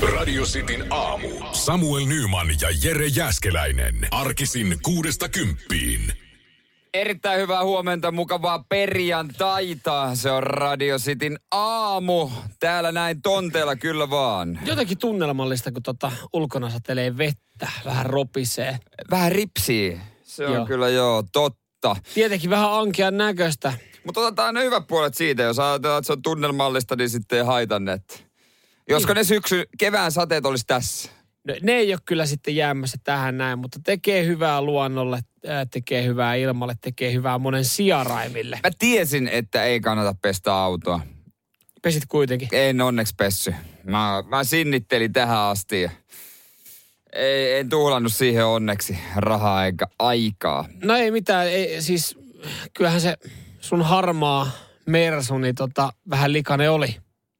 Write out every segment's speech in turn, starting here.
Radio Cityn aamu. Samuel Nyman ja Jere Jääskeläinen. Arkisin 6–10. Erittäin hyvää huomenta, mukavaa perjantaita. Se on Radio Cityn aamu. Täällä näin tonteella kyllä vaan. Jotenkin tunnelmallista, kun ulkona satelee vettä, vähän ropisee. Vähän ripsii. Se on kyllä totta. Tietenkin vähän ankean näköistä. Mutta otetaan ne hyvät puolet siitä. Jos ajatellaan, että se on tunnelmallista, niin sitten ei haitannet. Josko ne kevään sateet olisi tässä? No, ne ei ole kyllä sitten jäämässä tähän näin, mutta tekee hyvää luonnolle, tekee hyvää ilmalle, tekee hyvää monen sijaraimille. Mä tiesin, että ei kannata pestä autoa. Pesit kuitenkin? En onneksi pessy. Mä sinnittelin tähän asti. En tuhlannut siihen onneksi rahaa eikä aikaa. No ei mitään, siis kyllähän se sun harmaa Mersu, niin vähän likainen oli.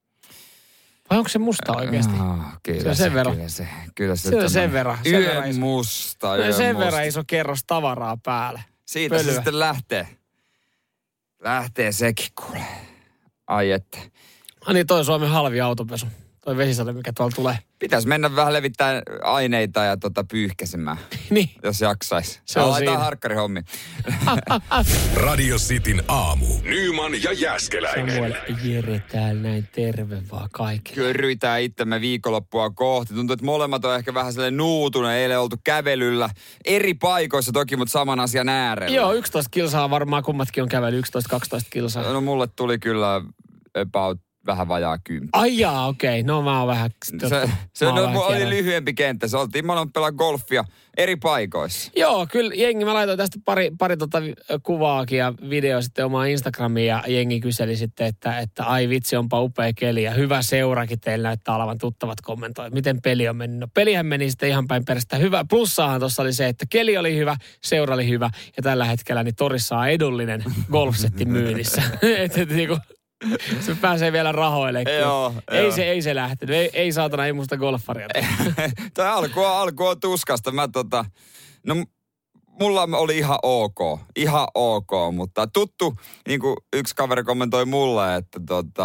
Vai onko se musta oikeasti? Kyllä se on sen verran. Yön musta. Sen verran iso kerros tavaraa päälle. Siitä pölyä. Se sitten lähtee. Lähtee sekin kuule. Ai että. Niin toi Suomen halvi autopesu. Toi vesisade, mikä tuolla tulee. Pitäisi mennä vähän levittää aineita ja niin. pyyhkäsemään. Jos jaksais. Se on laitetaan harkkarihommi. Radio Cityn aamu. Nyman ja Jääskeläinen. Samuel Jere täällä näin, terve vaan kaikille. Körrytään itsemme viikonloppua kohti. Tuntuu, että molemmat on ehkä vähän sellainen nuutuna. Eilen oltu kävelyllä eri paikoissa toki, mutta saman asian äärellä. Joo, 11 kilsaa varmaan kummatkin on kävely, 11-12 kilsaa. No mulle tuli kyllä about vähän vajaa 10. Ai jaa, okei. No mä oon vähän... Se oli lyhyempi kenttä. Se oltiin molemmat pelaa golfia eri paikoissa. Joo, kyllä jengi, mä laitoin tästä pari kuvaakin ja video sitten omaan Instagramiin ja jengi kyseli sitten, että ai vitsi, onpa upea keli ja hyvä seurakin teillä näyttää olevan tuttavat kommentoivat. Miten peli on mennyt? No pelihän meni sitten ihan päin perästä. Hyvä. Plussaahan tuossa oli se, että keli oli hyvä, seura oli hyvä ja tällä hetkellä niin torissa on edullinen golfsetti myynnissä. Niinku... Se pääsee vielä rahoille. Ei se lähtenyt. Ei saatana, ei musta golfaria. Tämä alku on tuskasta. Mulla oli ihan ok, mutta tuttu, niin kuin yksi kaveri kommentoi mulle, että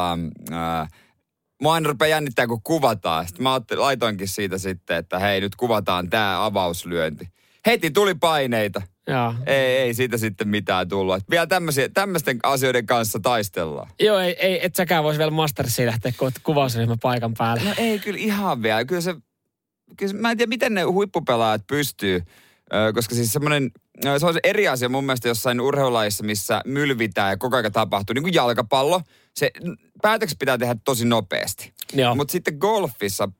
mua aina rupeaa jännittää, kun kuvataan. Sitten mä laitoinkin siitä sitten, että hei, nyt kuvataan tää avauslyönti. Heti tuli paineita. Joo. Ei siitä sitten mitään tullut. Et vielä tämmöisten asioiden kanssa taistellaan. Joo, et säkään voisi vielä Mastersiin lähteä kuvausryhmän paikan päälle. No ei kyllä ihan vielä. Kyllä mä en tiedä, miten ne huippupelaajat pystyy. Koska siis se on eri asia mun mielestä jossain urheilulajissa, missä mylvitään ja koko ajan tapahtuu. Niin kuin jalkapallo. Se päätökset pitää tehdä tosi nopeasti. Mutta sitten golfissa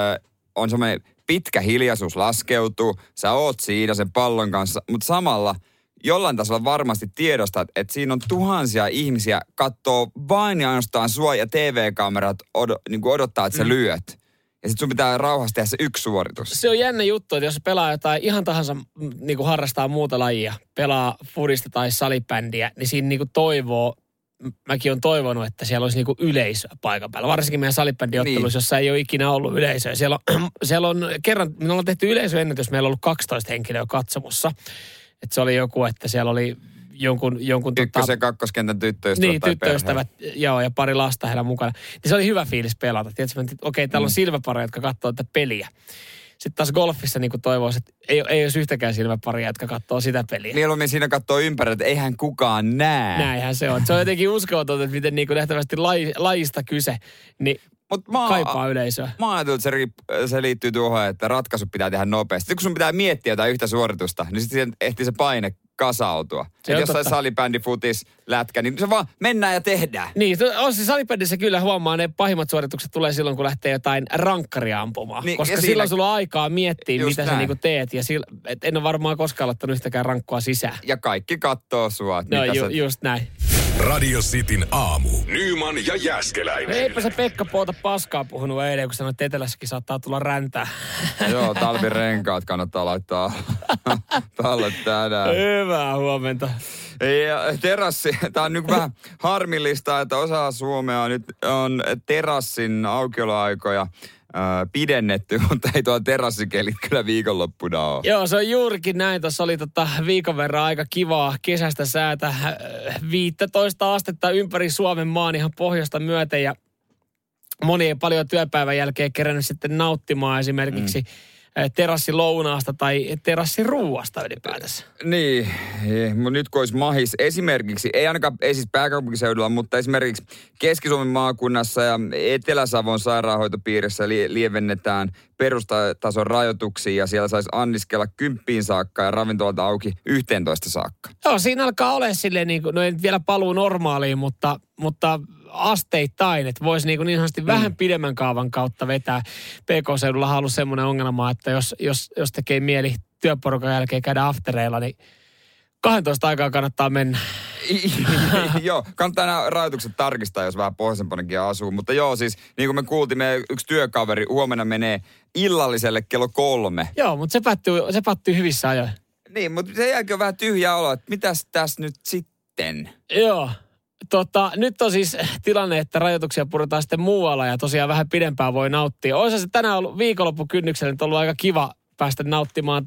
on semmoinen... Pitkä hiljaisuus laskeutuu, sä oot siinä sen pallon kanssa, mutta samalla jollain tasolla varmasti tiedostat, että siinä on tuhansia ihmisiä katsoo vain ja ainoastaan sua ja TV-kamerat niin odottaa, että sä lyöt. Ja sit sun pitää rauhassa tehdä se yksi suoritus. Se on jännä juttu, että jos pelaa jotain ihan tahansa, niin kuin harrastaa muuta lajia, pelaa fudista tai salibändiä, niin siinä niin kuin toivoo, mäkin olen toivonut, että siellä olisi niinku yleisöä paikan päällä. Varsinkin meidän salibändiotteluissa, jossa ei ole ikinä ollut yleisöä. Siellä on kerran, me ollaan tehty yleisöennätys, meillä on ollut 12 henkilöä katsomossa. Että se oli joku, että siellä oli jonkun Ykkös- ja kakkoskentän tyttöystävät. Niin, tyttöystävät, joo, ja pari lasta heillä mukana. Niin se oli hyvä fiilis pelata. Tiedätkö, että okei, täällä on silmäpareja, jotka katsoo tätä peliä. Sitten taas golfissa niin toivoisi, että ei olisi yhtäkään silmäparia, jotka katsoo sitä peliä. Mieluummin siinä katsoo ympärillä, että eihän kukaan näe. Näinhän se on. Se on jotenkin uskomaton, että miten niin nähtävästi lajista kyse, niin kaipaa yleisöä. Mä ajattelin, että se liittyy tuohon, että ratkaisu pitää tehdä nopeasti. Sitten kun sun pitää miettiä jotain yhtä suoritusta, niin sitten ehtii se paine kasautua. Jossain salibändi, futis, lätkä, niin se vaan mennään ja tehdään. Niin, on se salibändissä kyllä huomaa, ne pahimmat suoritukset tulee silloin, kun lähtee jotain rankkaria ampumaan. Niin, koska silloin sulla on aikaa miettiä, mitä sä niinku teet. Ja en ole varmaan koskaan ottanut yhtäkään rankkoa sisään. Ja kaikki kattoo sua. No just näin. Radio Cityn aamu. Nyman ja Jääskeläinen. Eipä se Pekka Pouta paskaa puhunut eilen, kun sanoi, että etelässäkin saattaa tulla räntää. Joo, talvirenkaat kannattaa laittaa talle tänään. Hyvää huomenta. Ja terassi, tämä on nyt vähän harmillista, että osa Suomea nyt on terassin aukioloaikoja pidennetty, mutta ei tuo terassikelit kyllä viikonloppuna ole. Joo, se on juurikin näin. Tuossa oli viikon verran aika kivaa kesästä säätä 15 astetta ympäri Suomen maan ihan pohjoista myöten. Ja moni ei paljon työpäivän jälkeen kerännyt sitten nauttimaan esimerkiksi terassilounaasta tai terassiruuasta ylipäätänsä. Niin, mutta nyt kun olisi mahis esimerkiksi, ei siis pääkaupunkiseudulla, mutta esimerkiksi Keski-Suomen maakunnassa ja Etelä-Savon sairaanhoitopiirissä lievennetään perustason rajoituksia ja siellä saisi anniskella 10 saakka ja ravintolalta auki 11 saakka. Joo, siinä alkaa olla silleen, niin kuin, no ei vielä paluu normaaliin, mutta asteittain, että voisi niin sanotusti vähän pidemmän kaavan kautta vetää. PK-seudulla on ollut semmoinen ongelma, että jos tekee mieli työporukan jälkeen käydä aftereilla, niin 12 aikaa kannattaa mennä. Joo, kannattaa nämä rajoitukset tarkistaa, jos vähän pohjoisempanakin asuu. Mutta joo, siis niin kuin me kuultiin, meidän yksi työkaveri huomenna menee illalliselle kello 3. Joo, mutta se päättyy hyvissä ajoin. Niin, mutta sen jälkeen on vähän tyhjää oloa, että mitäs tässä nyt sitten? Joo. Nyt on siis tilanne, että rajoituksia puretaan sitten muualla ja tosiaan vähän pidempään voi nauttia. Olisi se tänään ollut viikonloppukynnyksellä, nyt on ollut aika kiva päästä nauttimaan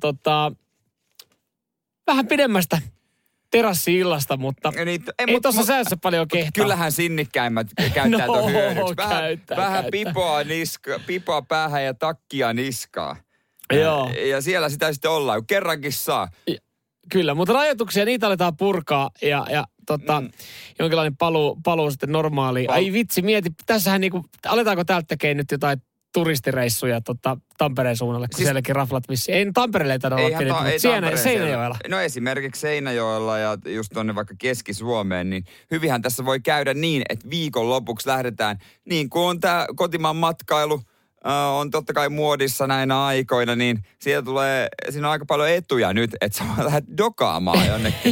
vähän pidemmästä terassi-illasta, mutta ei tuossa säässä paljon kehtaa. Kyllähän sinnikkäimmät käyttää tuon hyödyksi. Vähän käyttää. pipoa päähän ja takkia niskaa. Joo. Ja siellä sitä sitten ollaan, kun kerrankin saa. Kyllä, mutta rajoituksia, niitä aletaan purkaa ja jonkinlainen paluu sitten normaaliin. Ai vitsi, mieti, tässähän niinku, aletaanko täältä tekemään nyt jotain turistireissuja Tampereen suunnalle, kun sielläkin raflat vissiin. Ei Tampereelle ei taida olla pidetty, mutta Seinäjoella. No esimerkiksi Seinäjoella ja just tuonne vaikka Keski-Suomeen, niin hyvinhän tässä voi käydä niin, että viikon lopuksi lähdetään, niin kuin on tämä kotimaan matkailu, on totta kai muodissa näinä aikoina, niin siinä on aika paljon etuja nyt, että sä lähdet dokaamaan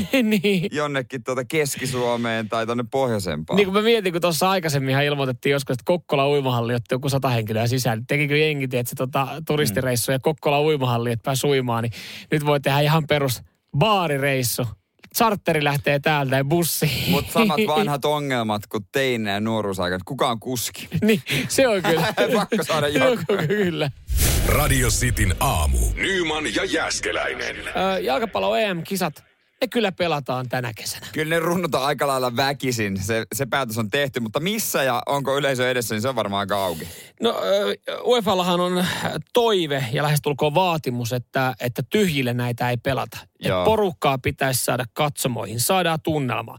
jonnekin Keski-Suomeen tai tuonne pohjoisempaan. Niin kuin mä mietin, kun tuossa aikaisemminhan ilmoitettiin joskus, että Kokkola uimahalli otti joku 100 henkilöä sisään. Tekikö jengi, että se turistireissu ja Kokkola uimahalli, että pääsi uimaan, niin nyt voi tehdä ihan perus baarireissu. Charteri lähtee täältä ja bussi. Mutta samat vanhat ongelmat kuin teinen ja nuoruusaikana. Kuka on kuski? Niin, se on kyllä. Pakko saada joku. Kyllä. Radio Cityn aamu. Nyman ja Jääskeläinen. Jalkapallo EM-kisat, ne kyllä pelataan tänä kesänä. Kyllä ne runnotaan aika lailla väkisin. Se päätös on tehty, mutta missä ja onko yleisö edessä, niin se on varmaan aika auki. No UEFallahan on toive ja lähestulkoon vaatimus, että tyhjille näitä ei pelata. Että porukkaa pitäisi saada katsomoihin, saadaan tunnelmaa.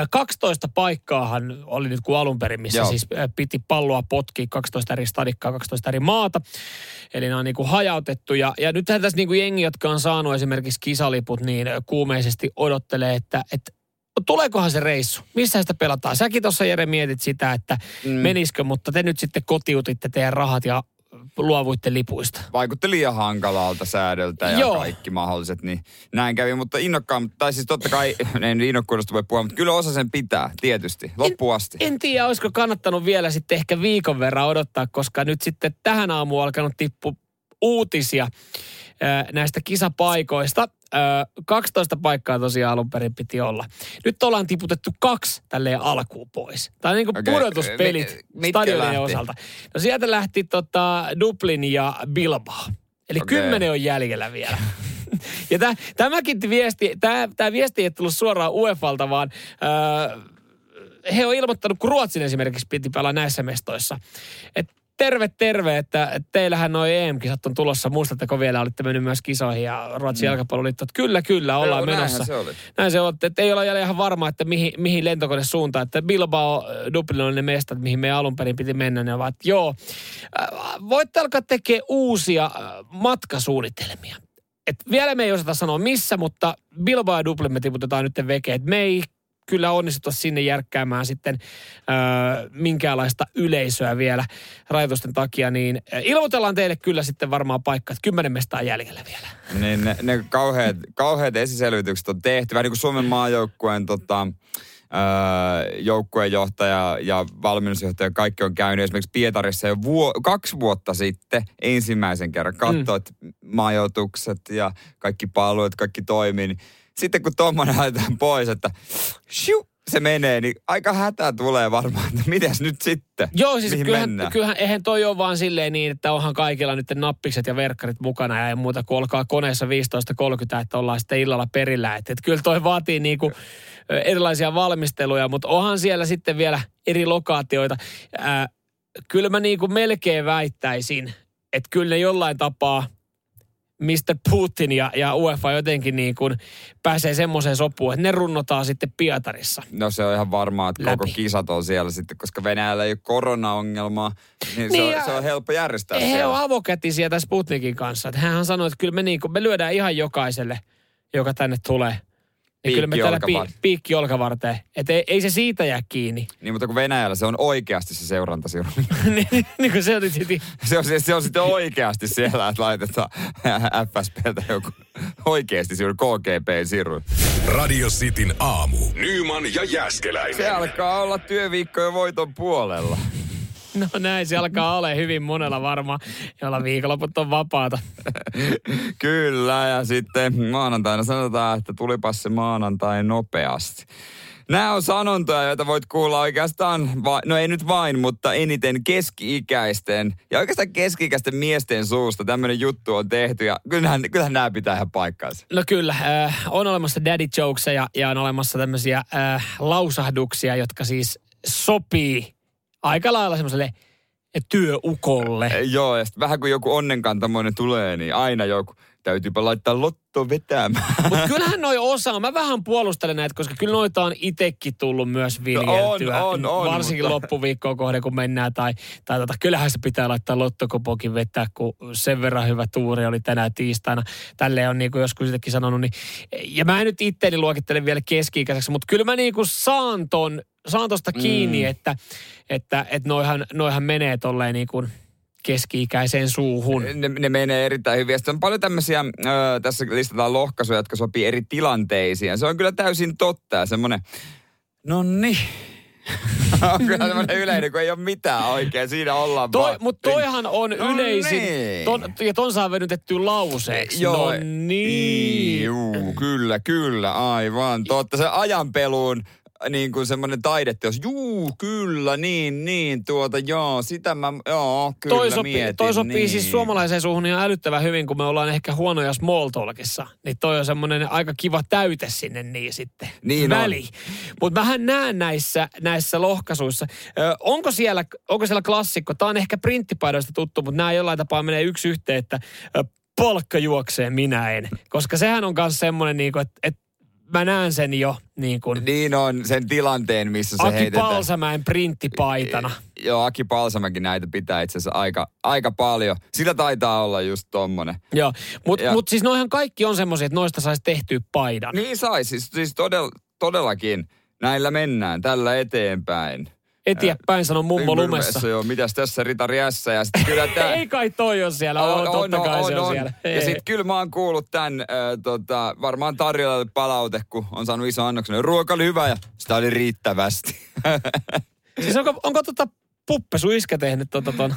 12 paikkaahan oli nyt kuin alun perin, missä siis piti palloa potkia 12 eri stadikkaa, 12 eri maata. Eli nämä on niin kuin hajautettu. Ja nythän tässä niin kuin jengi, jotka on saanut esimerkiksi kisaliput, niin kuumeisesti odottelee, että tuleekohan se reissu? Missä sitä pelataan? Säkin tuossa Jere mietit sitä, että menisikö, mutta te nyt sitten kotiutitte teidän rahat ja luovuitte lipuista. Vaikutti liian hankalalta säädöltä ja kaikki mahdolliset, niin näin kävi. Mutta tai siis totta kai, en innokkuudesta voi puhua, mutta kyllä osa sen pitää, tietysti, loppuun asti. En tiedä, olisiko kannattanut vielä sitten ehkä viikon verran odottaa, koska nyt sitten tähän aamuun on alkanut tippua uutisia näistä kisapaikoista. 12 paikkaa tosiaan alun perin piti olla. Nyt ollaan tiputettu 2 tälleen alkuun pois. Tämä on niin kuin pudotuspelit stadionien osalta. No sieltä lähti Dublin ja Bilbao. Eli 10 on jäljellä vielä. Ja tämäkin viesti, tämä viesti ei tullut suoraan UEFalta, vaan he on ilmoittanut, kun Ruotsin esimerkiksi piti pelaa näissä mestoissa, että terve, että teillähän noi EM-kisat on tulossa. Muistatteko vielä, olitte mennyt myös kisoihin ja Ruotsin jalkapalloliitto, että kyllä, ollaan menossa. Näin se on, että ei olla ihan varma, että mihin lentokone suuntaan. Että Bilbao, Dublin on ne mestat, mihin me alun perin piti mennä. Ne ovat, voitte alkaa tekemään uusia matkasuunnitelmia. Et vielä me ei osata sanoa missä, mutta Bilbao ja Dublin me tiputetaan nyt veke, että me ei kyllä onnistuta sinne järkkäämään sitten minkäänlaista yleisöä vielä rajoitusten takia, niin ilmoitellaan teille kyllä sitten varmaan paikka, että 10 mestaa jäljellä vielä. Niin ne kauheat esiselvitykset on tehty. Vähän niin kuin Suomen maajoukkueen joukkueenjohtaja ja valmennusjohtaja, kaikki on käynyt esimerkiksi Pietarissa jo 2 vuotta sitten ensimmäisen kerran. Katsoit majoitukset ja kaikki palvelut, kaikki toimii, niin sitten kun tuommoinen laitetaan pois, että se menee, niin aika hätä tulee varmaan, että mitäs nyt sitten? Joo, siis kyllähän eihän toi ole vaan silleen niin, että onhan kaikilla nyt nappikset ja verkkarit mukana ja ei muuta kuin olkaa koneessa 15.30, että ollaan sitten illalla perillä. Että kyllä toi vaatii niinku erilaisia valmisteluja, mutta onhan siellä sitten vielä eri lokaatioita. kyllä mä niin kuin melkein väittäisin, että kyllä ne jollain tapaa Mr. Putin ja UEFA jotenkin niin kuin pääsee semmoiseen sopuun, että ne runnotaan sitten Pietarissa. No se on ihan varmaa, että koko kisat on siellä sitten, koska Venäjällä ei ole koronaongelmaa, niin se on helppo järjestää siellä. He on avokätisiä tässä Sputnikin kanssa. Että hän sanoi, että kyllä me lyödään ihan jokaiselle, joka tänne tulee. Ja kyllä me täällä piikki olkavarteen. Että ei se siitä jää kiinni. Niin, mutta kun Venäjällä se on oikeasti se seurantasiru. niin kuin se on sitten... Se on sitten oikeasti siellä, että laitetaan FSP:ltä joku oikeasti siru, KGP-siru. Radio Cityn aamu. Nyman ja Jääskeläinen. Se alkaa olla työviikko jo voiton puolella. No näin, se alkaa olla hyvin monella varmaan, jolla viikonloput on vapaata. Kyllä, ja sitten maanantaina sanotaan, että tulipas se maanantai nopeasti. Nämä on sanontoja, joita voit kuulla oikeastaan, no ei nyt vain, mutta eniten keski-ikäisten ja oikeastaan keski-ikäisten miesten suusta tämmöinen juttu on tehty ja kyllähän nämä pitää ihan paikkaansa. No kyllä, on olemassa daddy jokesia ja on olemassa tämmöisiä lausahduksia, jotka siis sopii aika lailla semmoiselle työukolle. Joo, ja sitten vähän kun joku onnenkantamoinen tulee, niin aina joku täytyypä laittaa lotto vetämään. Mutta kyllähän noi osaa. Mä vähän puolustelen näitä, koska kyllä noita on itsekin tullut myös viljeltyä. On, varsinkin mutta loppuviikkoon kohden, kun mennään. Tai kyllähän se pitää laittaa lottokopokin vetää, kun sen verran hyvä tuuri oli tänään tiistaina. Tälleen on niin kuin joskus itsekin sanonut. Niin, ja mä en nyt itteeni luokittele vielä keski-ikäiseksi, mutta kyllä mä niin kuin saan tosta kiinni, että noihan menee tolleen niin kuin keski-ikäiseen suuhun. Ne menee erittäin hyvin. Sitten on paljon tämmöisiä, tässä listataan lohkaisuja, jotka sopii eri tilanteisiin. Se on kyllä täysin totta ja semmoinen, nonni. On kyllä semmoinen yleinen, kun ei ole mitään oikein. Siinä ollaan vaan. Mutta toihan on yleisin. Ja ton saa venytettyä lauseeksi. Joo. Niin. Kyllä, aivan. Totta, se ajanpeluun niin kuin semmoinen taideteos. Kyllä, sitä mä, kyllä mietin. Toi sopii siis suomalaiseen suuhun ihan älyttävän hyvin, kun me ollaan ehkä huonoja small talkissa. Niin toi on semmoinen aika kiva täyte sinne niin sitten. Niin väli. Mutta mähän näen näissä lohkaisuissa. Onko siellä klassikko? Tää on ehkä printtipaidoista tuttu, mutta nämä jollain tapaa menee yksi yhteen, että palkka juoksee, minä en. Koska sehän on myös semmoinen, niin että mä näen sen jo niin kuin. Niin on sen tilanteen, missä se heitetään. Aki Palsamäen printtipaitana. Joo, Aki Palsamäkin näitä pitää itse asiassa aika paljon. Sillä taitaa olla just tommonen. Joo, mutta siis noihan kaikki on semmoisia, että noista saisi tehtyä paidan. Niin saisi, siis todellakin. Näillä mennään, tällä eteenpäin. Eteenpäin sanoo mummo lumessa. Joo, mitäs tässä Ritari S. Ja sit kyllä tää ei kai toi ole siellä, totta kai se on siellä. Ja sit kyllä mä oon kuullut tän, varmaan tarjolla palaute, kun on saanut iso annoksen. Ruoka oli hyvä ja sitä oli riittävästi. Siis onko Puppe sun iskä tehnyt ton?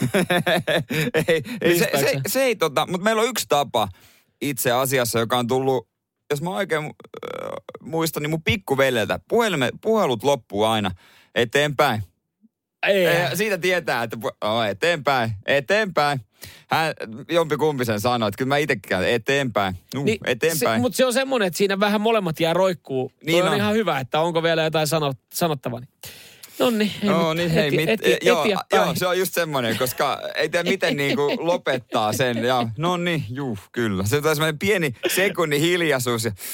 se ei mutta meillä on yksi tapa itse asiassa, joka on tullut, jos mä oikein muistan, niin mun pikkuveljeltä. Puhelut loppuu aina. Eteenpäin. Siitä tietää, että eteenpäin. Hän jompikumpi sen sanoi, että kyllä mä itsekään eteenpäin. Eteenpäin. Mutta se on semmoinen, että siinä vähän molemmat jää roikkuu. Niin on ihan hyvä, että onko vielä jotain sanottavaa. Joo, se on just semmoinen, koska ei tiedä miten niinku lopettaa sen. Ja, kyllä. Se on semmoinen pieni sekunnin hiljaisuus. Ja,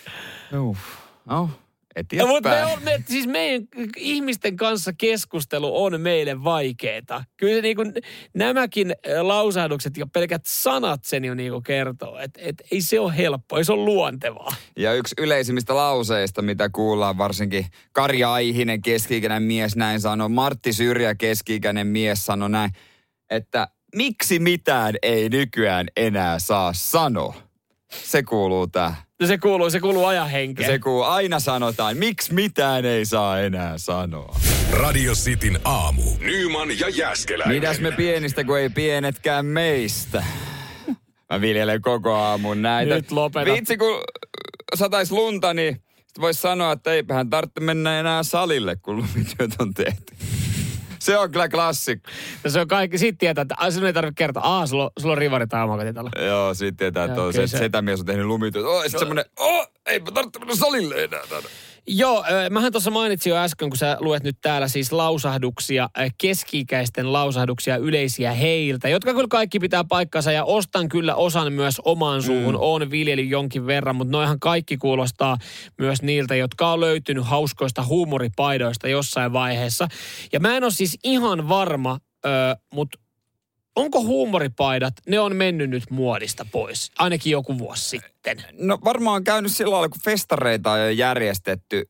mutta siis meidän ihmisten kanssa keskustelu on meille vaikeeta. Kyllä niin kuin nämäkin lausahdukset ja pelkät sanat sen jo niin kuin kertoo, että ei se ole helppoa, ei se ole luontevaa. Ja yksi yleisimmistä lauseista, mitä kuullaan varsinkin Karja Aihinen, keski-ikäinen mies näin sanoo, Martti Syrjä, keski-ikäinen mies sanoi näin, että miksi mitään ei nykyään enää saa sanoa. Se kuuluu tähän. Se kuuluu ajan henkeen. Se kuuluu, aina sanotaan, miksi mitään ei saa enää sanoa. Radio Cityn aamu. Nyman ja Jääskeläinen. Mitäs me pienistä, kun ei pienetkään meistä? Mä viljelen koko aamun näitä. Nyt lopetat. Vitsi, kun satais lunta, niin vois sanoa, että eipähän tarvitse mennä enää salille, kun lumityöt on tehty. Se on kyllä klassikko. No se on kaikki. Siitä tietää, että sinun ei tarvitse kertoa. Sulla on rivari tai omakotitalo. Joo, siitä tietää, että setämies on tehnyt lumityöt. Sitten semmoinen, eipä tarvitse mennä salille enää. Joo, mähän tuossa mainitsin jo äsken, kun sä luet nyt täällä siis lausahduksia, keski-ikäisten lausahduksia yleisiä heiltä, jotka kyllä kaikki pitää paikkansa ja ostan kyllä osan myös omaan suuhun. Oon viljellyt jonkin verran, mutta noihan kaikki kuulostaa myös niiltä, jotka on löytynyt hauskoista huumoripaidoista jossain vaiheessa. Ja mä en ole siis ihan varma, mutta onko huumoripaidat, ne on mennyt nyt muodista pois, ainakin joku vuosi sitten? No varmaan on käynyt sillä lailla, kun festareita on jo järjestetty,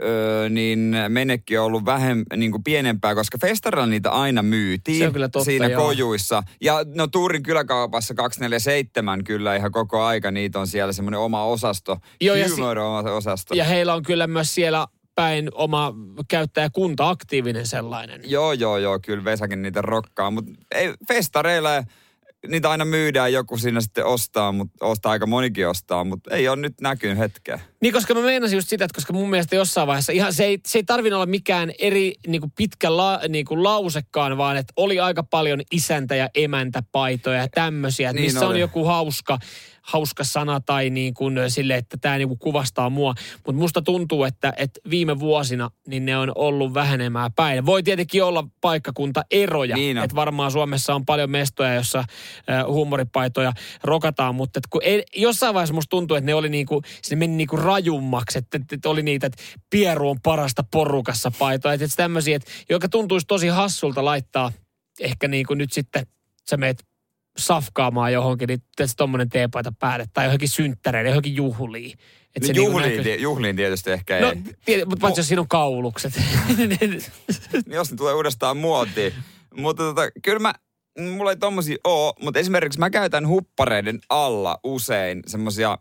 niin menekki on ollut vähän niin kuin pienempää, koska festarilla niitä aina myytiin. Se on kyllä totta, siinä joo. kojuissa. Ja no Tuurin kyläkaupassa 247 kyllä ihan koko aika, niitä on siellä semmoinen oma osasto, humor-osasto. Ja heillä on kyllä myös siellä päin oma käyttäjäkunta, aktiivinen sellainen. Joo, kyllä Vesakin niitä rokkaa, mutta ei festareilla niitä aina myydään, joku siinä sitten ostaa, aika monikin ostaa, mutta ei ole nyt näkynyt hetkeä. Niin, koska mä meinasin just sitä, että koska mun mielestä jossain vaiheessa ihan se ei tarvinnut olla mikään eri niin kuin pitkä lausekaan, vaan että oli aika paljon isäntä- ja emäntäpaitoja ja tämmöisiä, että missä on joku hauska sana tai niin kuin sille, että tämä niin kuin kuvastaa mua. Mutta musta tuntuu, että viime vuosina niin ne on ollut vähenemään päin. Voi tietenkin olla paikkakuntaeroja. Niin että varmaan Suomessa on paljon mestoja, jossa huumoripaitoja rokataan, mutta jossain vaiheessa musta tuntuu, että ne oli niin kuin, se meni niin kuin rajummaksi, että oli niitä, että Pieru on parasta porukassa paitoja. Että tämmöisiä, joka tuntuisi tosi hassulta laittaa ehkä niin kuin nyt sitten sä meet safkaamaan johonkin, niin teet tommonen teepaita päälle tai johonkin synttäreille, johonkin juhliin. Juhliin tietysti ehkä ei. No, mutta paitsi jos siinä on kaulukset. Jos ne tulee uudestaan muotiin. Mutta kyllä mulla ei tommosia oo, mutta esimerkiksi mä käytän huppareiden alla usein semmosia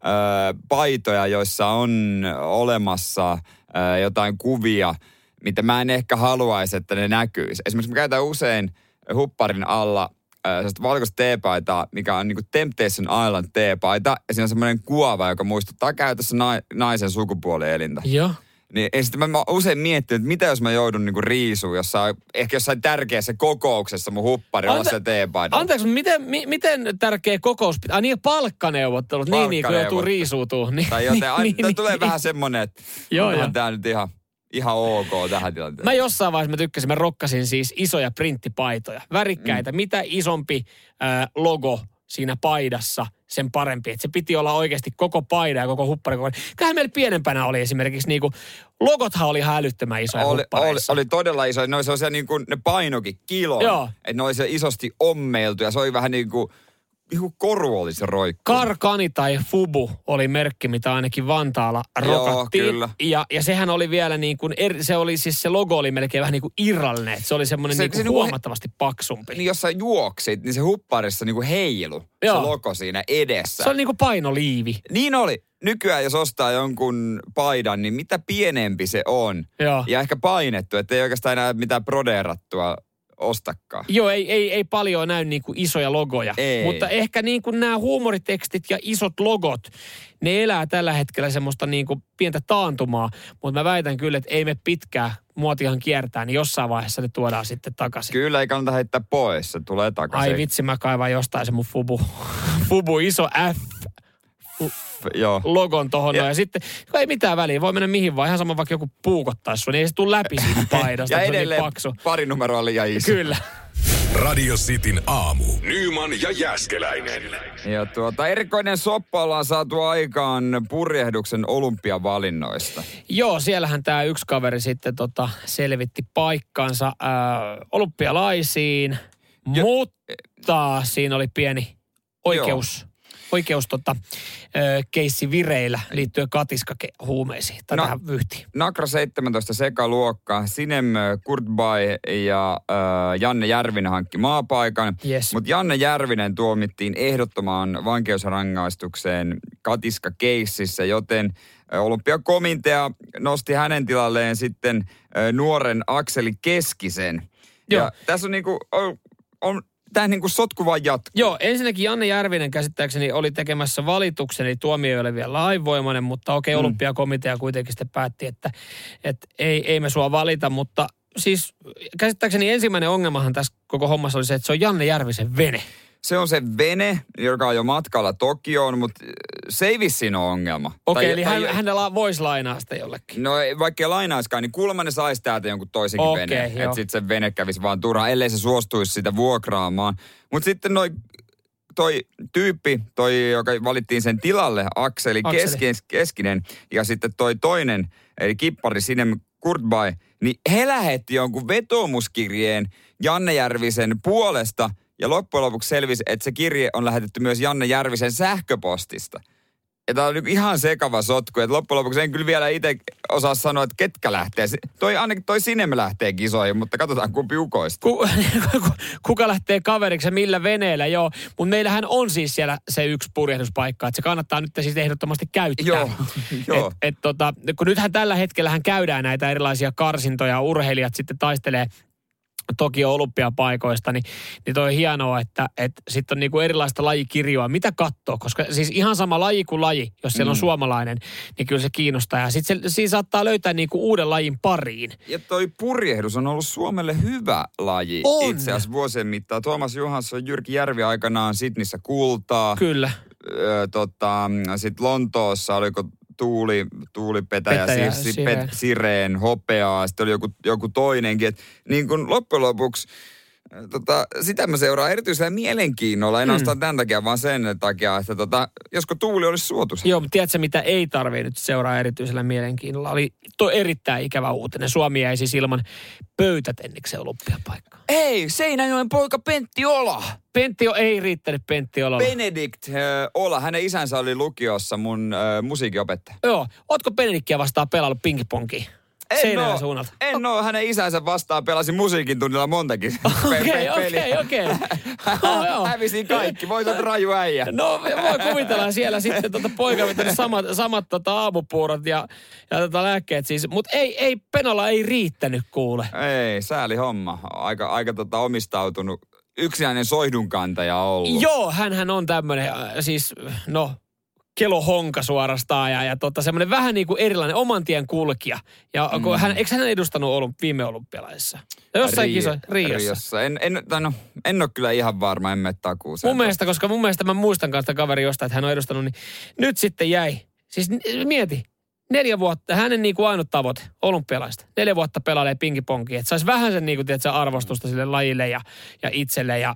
paitoja, joissa on olemassa jotain kuvia, mitä mä en ehkä haluaisi, että ne näkyisi. Esimerkiksi mä käytän usein hupparin alla sellaista valkoista teepaitaa, mikä on niinku Temptation Island teepaita. Ja siinä on semmoinen kuova, joka muistuttaa käytössä naisen sukupuolielintä. Joo. Niin sitten mä usein miettinyt, että mitä jos mä joudun niinku riisuun ehkä jossain tärkeässä kokouksessa mun huppari olla se teepaidalla. Anteeksi, miten tärkeä kokous pitää? Niin palkkaneuvottelut, niin kun joutuu riisuutumaan. Niin, tai joten tulee vähän semmoinen, että onhan tää nyt ihan ok tähän tilanteeseen. Mä jossain vaiheessa tykkäsin, mä rokkasin siis isoja printtipaitoja, värikkäitä. Mitä isompi logo siinä paidassa, sen parempi. Että se piti olla oikeasti koko paida ja koko huppari. Kyllähän meillä pienempänä oli esimerkiksi niinku, logothan oli ihan älyttömän isoja huppareissa. Oli todella isoja. Ne oli sellaisia niinku, ne painokin kilon. Joo. Että ne oli se isosti ommeiltu ja se oli vähän niinku koru oli se roikku. Karkani tai Fubu oli merkki, mitä ainakin Vantaalla rokattiin. Joo, kyllä. Ja sehän oli vielä niin kuin, se logo oli melkein vähän niin kuin irrallinen. Se oli semmoinen niin huomattavasti paksumpi. Niin jos sä juoksit, niin se hupparissa niin kuin heilu. Joo. Se logo siinä edessä. Se oli niin kuin painoliivi. Niin oli. Nykyään jos ostaa jonkun paidan, niin mitä pienempi se on. Joo. Ja ehkä painettu, että ei oikeastaan enää mitään brodeerattua ostakaan. Joo, ei paljon näy niin kuin isoja logoja. Ei. Mutta ehkä niin kuin nämä huumoritekstit ja isot logot, ne elää tällä hetkellä semmoista niin kuin pientä taantumaa. Mutta mä väitän kyllä, että ei me pitkään, muotihan kiertää, niin jossain vaiheessa ne tuodaan sitten takaisin. Kyllä, ei kannata heittää pois, se tulee takaisin. Ai vitsi, mä kaivan jostain se mun Fubu iso F. Joo. Logon tohon. Ja sitten, ei mitään väliä, voi mennä mihin vaan. Ihan sama vaikka joku puukottaisi sun, niin ei se tule läpi siitä paidasta. Ja edelleen pari numeroa liian iso. Kyllä. Radio Cityn aamu. Nyman ja Jääskeläinen. Ja erikoinen soppa ollaan saatu aikaan purjehduksen olympiavalinnoista. Joo, siellähän tämä yksi kaveri sitten selvitti paikkansa olympialaisiin, mutta siinä oli pieni oikeus keissi vireillä liittyen katiskahuumeisiin tai tähän vyyhtiin. Nakra 17 sekaluokka, Sinem Kurtbay ja Janne Järvinen hankki maapaikan. Yes. Mutta Janne Järvinen tuomittiin ehdottomaan vankeusrangaistukseen katiskakeississä, joten olympiakomitea nosti hänen tilalleen sitten nuoren Akseli Keskisen. Joo. Ja tässä on niinku... Tämä niin kuin sotku vaan jatkuu. Joo, ensinnäkin Janne Järvinen käsittääkseni oli tekemässä valituksen, eli tuomio ei ole vielä lainvoimainen, mutta olympiakomitea kuitenkin sitten päätti, että ei me sua valita, mutta siis käsittääkseni ensimmäinen ongelmahan tässä koko hommassa oli se, että se on Janne Järvisen vene. Se on se vene, joka on jo matkalla Tokioon, mutta se ei vissiin ole ongelma. Okei, eli hänellä voisi lainaa sitä jollekin. No vaikka ei lainaiskaan, niin kuulemma ne saisi täältä jonkun toisenkin veneen. Että sitten se vene kävisi vaan turhaan, ellei se suostuisi sitä vuokraamaan. Mutta sitten toi tyyppi, joka valittiin sen tilalle, Akseli. Keskinen, ja sitten toi toinen, eli kippari Sinem Kurtbay, niin he lähetti jonkun vetoomuskirjeen Janne Järvisen puolesta, ja loppujen lopuksi selvisi, että se kirje on lähetetty myös Janne Järvisen sähköpostista. Ja tää on ihan sekava sotku, että loppujen lopuksi en kyllä vielä itse osaa sanoa, että ketkä lähtee. Ainakin toi Sinem lähtee kisoihin, mutta katsotaan kumpi ukoista. Kuka lähtee kaveriksi ja millä veneellä, joo. Mutta meillähän on siis siellä se yksi purjehduspaikka, että se kannattaa nyt siis ehdottomasti käyttää. Joo. Kun nythän tällä hetkellähän käydään näitä erilaisia karsintoja, urheilijat sitten taistelee Tokio olympiapaikoista, niin toi on hienoa, että sitten on niinku erilaista lajikirjoa. Mitä katsoo? Koska siis ihan sama laji kuin laji, jos siellä on suomalainen, niin kyllä se kiinnostaa. Ja sitten siinä saattaa löytää niinku uuden lajin pariin. Ja toi purjehdus on ollut Suomelle hyvä laji itse asiassa vuosien mittaan. Tuomas Johansson, Jyrki Järvi aikanaan Sydneyssä kultaa. Kyllä. Sitten Lontoossa oliko tuulipetäjä, sireen, hopeaa, sitten oli joku toinenkin. Et niin kuin loppujen lopuksi sitä mä seuraan erityisellä mielenkiinnolla, en ainoastaan tämän takia, vaan sen takia, että josko tuuli olisi suotuisa. Joo, mutta tiedätkö, mitä ei tarvitse nyt seuraa erityisellä mielenkiinnolla? Oli erittäin ikävä uutinen. Suomi jäi siis ilman pöytätenniksen olympiapaikkaa. Ei, Seinäjoen poika Pentti Ola. Ei riittänyt Pentti Olalle. Benedikt Ola, hänen isänsä oli lukiossa mun musiikinopettaja. Joo, ootko Benediktiä vastaan pelannut pingpongia? Seinäjoen suunnalta. En oo, hänen isänsä vastaan pelasin musiikin tunnilla montakin Okei. Hävisin kaikki, voitot raju äijä. No voi kuvitella siellä sitten poika vetänyt samat aamupuurot ja lääkkeet siis. Mutta ei Penalla ei riittänyt kuule. Ei, sääli homma. Aika omistautunut. Yksinäinen soihdunkantaja ollut. Joo, hänhän on tämmönen siis kelohonka suorastaan ja semmoinen vähän niin kuin erilainen oman tien kulkija. Ja eikö hän edustanut viime olympialaisissa? Jossain Riossa. En ole kyllä ihan varma, en mene takuuseen. Mun mielestä mä muistan kanssa kaveri jostain, että hän on edustanut, niin nyt sitten jäi. Siis mieti, 4 vuotta, hänen niin kuin ainut tavoite olympialaista. 4 vuotta pelailee pinkiponkia, että saisi vähän sen niin kuin, tiedätkö, arvostusta sille lajille ja itselle ja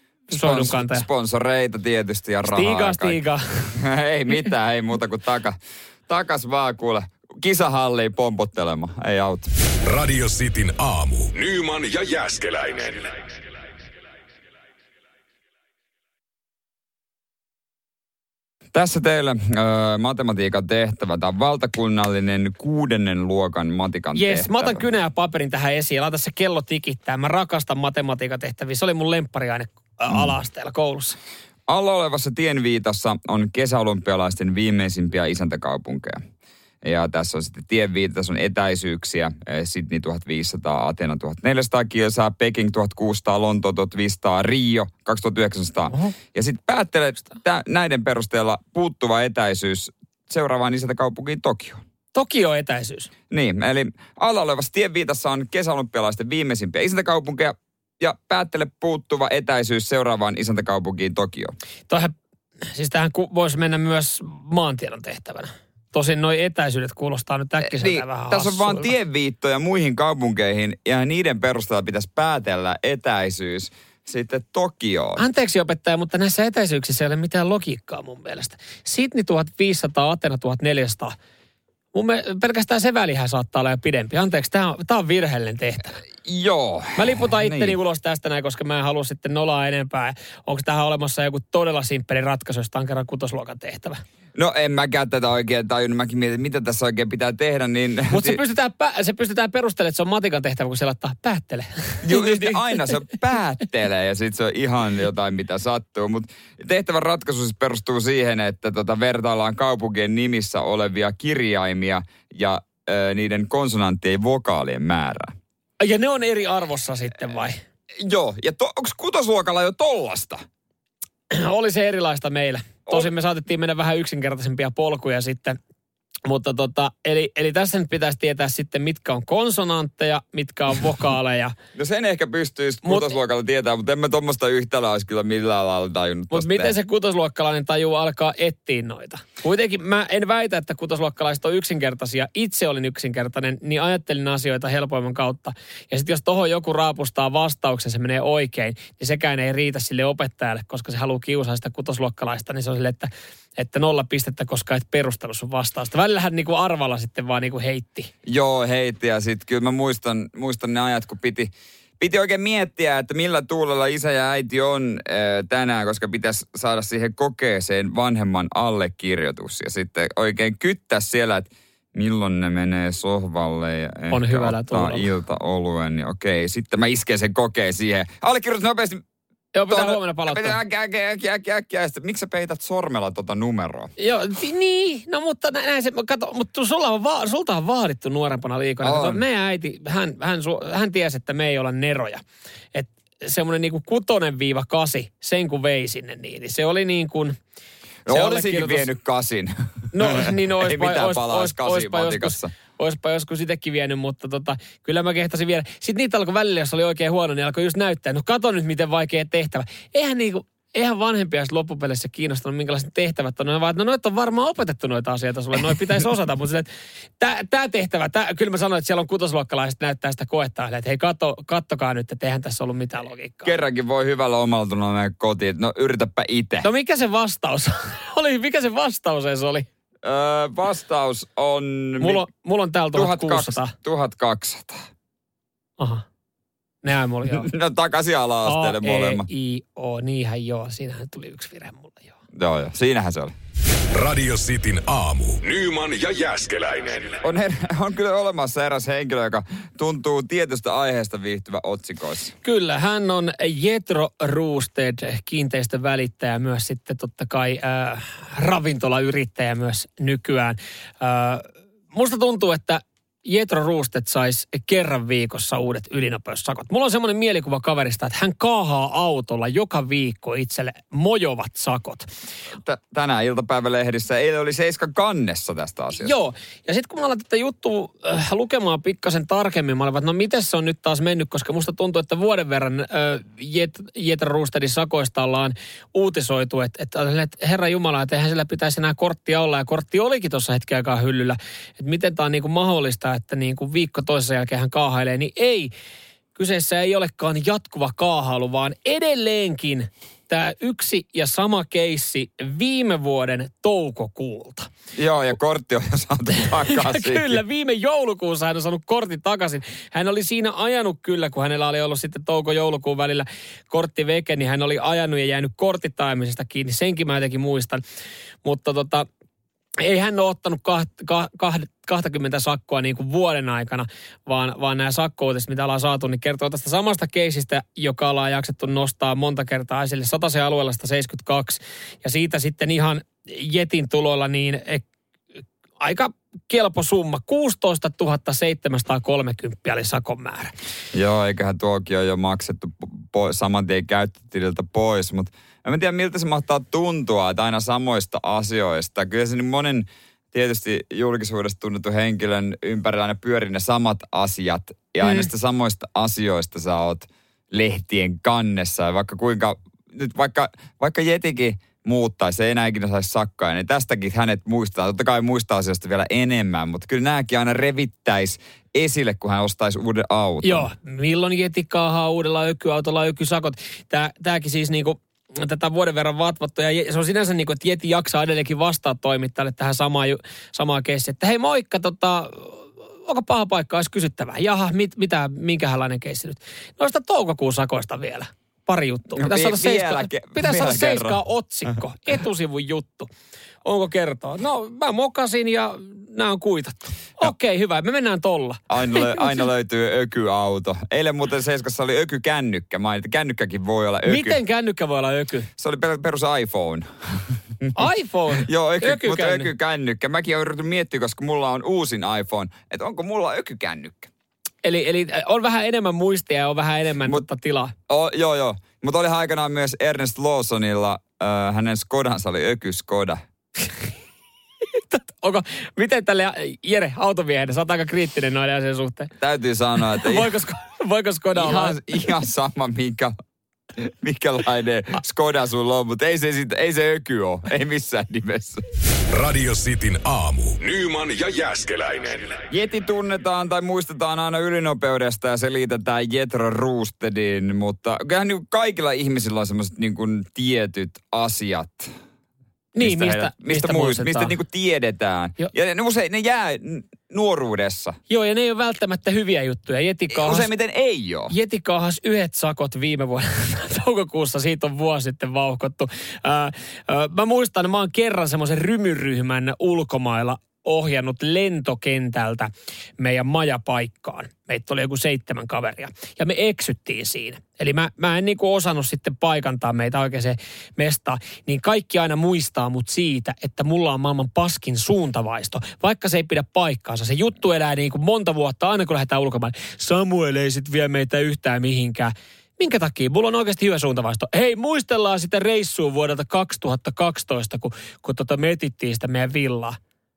sponsoreita tietysti ja rahaa. Stiga. Ei mitään, ei muuta kuin takas vaan kuule. Kisahalliin pompottelemaan, ei auta. Radio Cityn aamu. Nyman ja Jääskeläinen. Tässä teille matematiikan tehtävä. Tämä on valtakunnallinen 6. luokan matikan tehtävä. Mä otan kynä ja paperin tähän esiin. Laita se kello tikittää. Mä rakastan matematiikan tehtäviä. Se oli mun lemppariaine ala-asteella koulussa. Alla olevassa tienviitassa on kesäolympialaisten viimeisimpiä isäntäkaupunkeja. Ja tässä on sitten tienviitassa on etäisyyksiä. Sydney 1500, Atena 1400 kilsaa, Peking 1600, Lonto 1500, Rio 2900. Ja sitten päättelet näiden perusteella puuttuva etäisyys seuraavaan isäntäkaupunkiin Tokioon. Tokio etäisyys? Niin, eli alla olevassa tienviitassa on kesäolympialaisten viimeisimpiä isäntäkaupunkeja. Ja päättele puuttuva etäisyys seuraavaan isäntäkaupunkiin Tokioon. Siis tähän voisi mennä myös maantiedon tehtävänä. Tosin nuo etäisyydet kuulostaa nyt äkkiseltä vähän tässä on vaan tienviittoja muihin kaupunkeihin ja niiden perusteella pitäisi päätellä etäisyys sitten Tokioon. Anteeksi opettaja, mutta näissä etäisyyksissä ei ole mitään logiikkaa mun mielestä. Sydney 1500, Atena 1400. Pelkästään se välihän saattaa olla jo pidempi. Anteeksi, tää on virheellinen tehtävä. Joo. Mä liputan itteni ulos tästä näin, koska mä en halua sitten nolaa enempää. Onko tähän olemassa joku todella simppeli ratkaisu, jos tää on kerran 6. luokan tehtävä? No en mäkään tätä oikein tajunnut. Mäkin mietin, mitä tässä oikein pitää tehdä. Niin... Mutta se pystytään perustelemaan, että se on matikan tehtävä, kun se laittaa päättele. Joo, aina se päättelee ja sitten se on ihan jotain, mitä sattuu. Mutta tehtävän ratkaisu siis perustuu siihen, että vertaillaan kaupunkien nimissä olevia kirjaimia ja niiden konsonanttien ja vokaalien määrää. Ja ne on eri arvossa sitten vai? Joo, ja onko 6. luokalla jo tollasta? Oli se erilaista meillä. Tosin me saatettiin mennä vähän yksinkertaisempia polkuja sitten Mutta eli tässä nyt pitäisi tietää sitten, mitkä on konsonantteja, mitkä on vokaaleja. No sen ehkä pystyisi kutosluokalla tietää, mutta en mä tuommoista yhtälöä olisi kyllä millään lailla tajunnut. Mutta miten se kutosluokkalainen tajuu alkaa etsiä noita? Kuitenkin mä en väitä, että kutosluokkalaiset on yksinkertaisia. Itse olin yksinkertainen, niin ajattelin asioita helpoimman kautta. Ja sitten jos tohon joku raapustaa vastauksen, se menee oikein, niin sekään ei riitä sille opettajalle, koska se haluaa kiusaa sitä kutosluokkalaista, niin se on silleen, että 0 pistettä, koska et perustellut sun vastausta. Välillähän niinku arvalla sitten vaan niinku heitti. Joo, heitti ja sitten kyllä mä muistan ne ajat, kun piti oikein miettiä, että millä tuulella isä ja äiti on tänään, koska pitäisi saada siihen kokeeseen vanhemman allekirjoitus. Ja sitten oikein kyttää siellä, että milloin ne menee sohvalle ja on ehkä hyvällä ottaa iltaoluen. Niin okei, sitten mä isken sen kokeen siihen. Allekirjoitus nopeasti. Joo, pitää huomenna palauttaa. Äkkiä. Miksi sä peität sormella numeroa? Joo, niin. No mutta näin se, kato, mutta sulta on vaadittu nuorempana liikana. Meidän äiti, hän tiesi, että me ei olla neroja. Että semmoinen niinku 6-8, sen kun vei sinne niin se oli niin kuin... No olisikin vienyt 8. No niin ei mitään palaisi 8 matikassa. Oispa joskus itsekin vienyt, mutta kyllä mä kehtasin viedä. Sitten niitä alkoi välillä, jos oli oikein huono, niin alkoi just näyttää. No kato nyt, miten vaikea tehtävä. Eihän vanhempia loppupeleissä kiinnostanut, minkälaiset tehtävät on. Vaan, että noita on varmaan opetettu noita asioita sulle. Noita pitäisi osata, mutta tämä tehtävä, kyllä mä sanoin, että siellä on kutosluokkalaiset näyttää sitä koettaa. Että hei, kattokaa nyt, että eihän tässä ollut mitään logiikkaa. Kerrankin voi hyvällä omaltunut mennä kotiin. No yritäpä itse. No mikä se vastaus oli? Mikä se vastaus edes oli? Vastaus on... Mulla on täällä 1600. 1200. Aha. Nehän mulla joo. No takaisin ala-asteelle molemmat. A-E-I-O, niinhän joo. Siinähän tuli yksi virhe mulle joo. Joo, siinähän se oli. Radio Cityn aamu. Nyman ja Jääskeläinen. On kyllä olemassa eräs henkilö, joka tuntuu tietystä aiheesta viihtyvä otsikoissa. Kyllä, hän on Jethro Roosted, kiinteistövälittäjä, myös sitten totta kai ravintolayrittäjä myös nykyään. Musta tuntuu, että Jethro Roosted saisi kerran viikossa uudet ylinopeussakot. Mulla on semmoinen mielikuva kaverista, että hän kaahaa autolla joka viikko itselle mojovat sakot. Tänään iltapäivälehdissä eilen oli 7 kannessa tästä asiasta. Joo, ja sitten kun mä alan tätä juttua lukemaan pikkasen tarkemmin, mä olen, että no miten se on nyt taas mennyt, koska musta tuntuu, että vuoden verran Jethro Roostedin sakoista ollaan uutisoitu, että Herra Jumala, että eihän sillä pitäisi enää korttia olla, ja kortti olikin tuossa hetken aikaa hyllyllä. Että miten tämä on niin kuin mahdollista, että niin kuin viikko toisen jälkeen hän kaahailee, niin ei. Kyseessä ei olekaan jatkuva kaahailu, vaan edelleenkin tämä yksi ja sama keissi viime vuoden toukokuulta. Joo, ja kortti on jo saatu takaisin. Kyllä, viime joulukuussa hän on saanut kortin takaisin. Hän oli siinä ajanut kyllä, kun hänellä oli ollut sitten touko-joulukuun välillä korttiveke, niin hän oli ajanut ja jäänyt korttitaamisesta kiinni. Senkin mä jotenkin muistan. Mutta ei hän ole ottanut 20 sakkoa niin kuin vuoden aikana, vaan nämä sakko-uutiset, mitä ollaan saatu, niin kertoo tästä samasta keisistä, joka ollaan jaksettu nostaa monta kertaa esille. 100 alueella 172, ja siitä sitten ihan Jetin tuloilla niin aika kelpo summa. 16 730 oli sakon määrä. Joo, eiköhän tuokin ole jo maksettu saman tien käyttötililtä pois, mutta en tiedä miltä se mahtaa tuntua, että aina samoista asioista. Kyllä se niin monen tietysti julkisuudesta tunnettu henkilön ympärillä aina pyörii ne samat asiat. Ja aina sitä samoista asioista sä oot lehtien kannessa. Ja vaikka Jetikin muuttaisi, ei enää ikinä saisi sakkaa, niin tästäkin hänet muistaa. Totta kai muistaa asioista vielä enemmän, mutta kyllä nämäkin aina revittäisi esille, kun hän ostaisi uuden auton. Joo, milloin Jeti kaahaa uudella ökyautolla ökysakot. Tämäkin siis niinku tätä vuoden verran vatvattu. Ja se on sinänsä niin kuin, että Jeti jaksaa edelleenkin vastaa toimittajalle tähän samaan keissiin. Että hei moikka, onko paha paikka, olisi kysyttävää. Jaha, minkälainen keissi nyt? Noista toukokuun sakoista vielä. Pari juttua. Pitäisi olla 7 otsikko, etusivun juttu. Onko kertoa? No mä mokasin ja nämä on kuitattu. Okei, hyvä. Me mennään tolla. Aina löytyy ökyauto. Eilen muuten Seiskassa oli ökykännykkä. Kännykkäkin voi olla öky. Miten kännykkä voi olla öky? Se oli perus iPhone. iPhone? Joo, mutta ökykännykkä. Mäkin olen yrittänyt miettiä, koska mulla on uusin iPhone, että onko mulla ökykännykkä. Eli on vähän enemmän muistia ja on vähän enemmän tilaa. Joo. Mutta oli aikanaan myös Ernest Lawsonilla, hänen Skodansa oli ökyskoda. Miten tälle Jere automiehenä, sä oot aika kriittinen noiden asian suhteen. Täytyy sanoa, että voiko Skoda olla? Ihan sama, minkälainen Skoda sulla on, mutta ei se öky ole, ei missään nimessä. Radio Cityn aamu. Nyman ja Jääskeläinen. Jeti tunnetaan tai muistetaan aina ylinopeudesta ja se liitetään Jethro Roostediin, mutta kyllähän niin kaikilla ihmisillä on semmoiset niin kuin tietyt asiat. Niin, mistä niinku tiedetään. Jo. Ja ne usein ne jää nuoruudessa. Joo, ja ne ei ole välttämätttä hyviä juttuja. Useimmiten ei ole. Jeti kaahas 1 sakot viime vuonna toukokuussa. Siitä on vuosi sitten vauhkottu. Mä muistan, mä oon kerran semmoisen rymyryhmän ulkomailla ohjannut lentokentältä meidän majapaikkaan. Meitä oli joku 7 kaveria. Ja me eksyttiin siinä. Eli mä en niinku osannut sitten paikantaa meitä oikeaan mestaan. Niin kaikki aina muistaa mut siitä, että mulla on maailman paskin suuntavaisto. Vaikka se ei pidä paikkaansa. Se juttu elää niinku monta vuotta aina kun lähdetään ulkomaille. Samuel ei sit vie meitä yhtään mihinkään. Minkä takia? Mulla on oikeasti hyvä suuntavaisto. Hei, muistellaan sitä reissua vuodelta 2012, kun me etittiin sitä meidän villaa.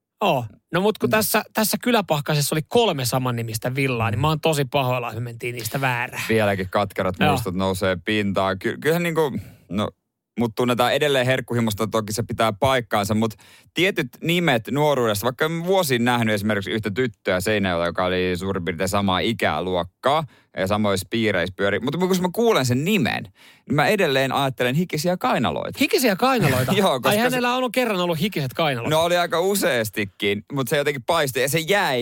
No mut kun tässä kyläpahkaisessa oli 3 samannimistä villaa, niin mä oon tosi pahoilla, että me mentiin niistä väärään. Vieläkin katkerat muistot nousee pintaan. Kyllähän niinku, mut tunnetaan edelleen herkkuhimosta, toki se pitää paikkaansa, mutta tietyt nimet nuoruudessa, vaikka en vuosiin nähnyt esimerkiksi yhtä tyttöä Seinäjoella, joka oli suurin piirtein samaa ikäluokkaa ja samoissa piireissä pyöri. Mutta kun mä kuulen sen nimen, niin mä edelleen ajattelen hikisiä kainaloita. Hikisiä kainaloita? Joo, koska hänellä on kerran ollut hikiset kainalot. No oli aika useastikin, mutta se jotenkin paistui ja se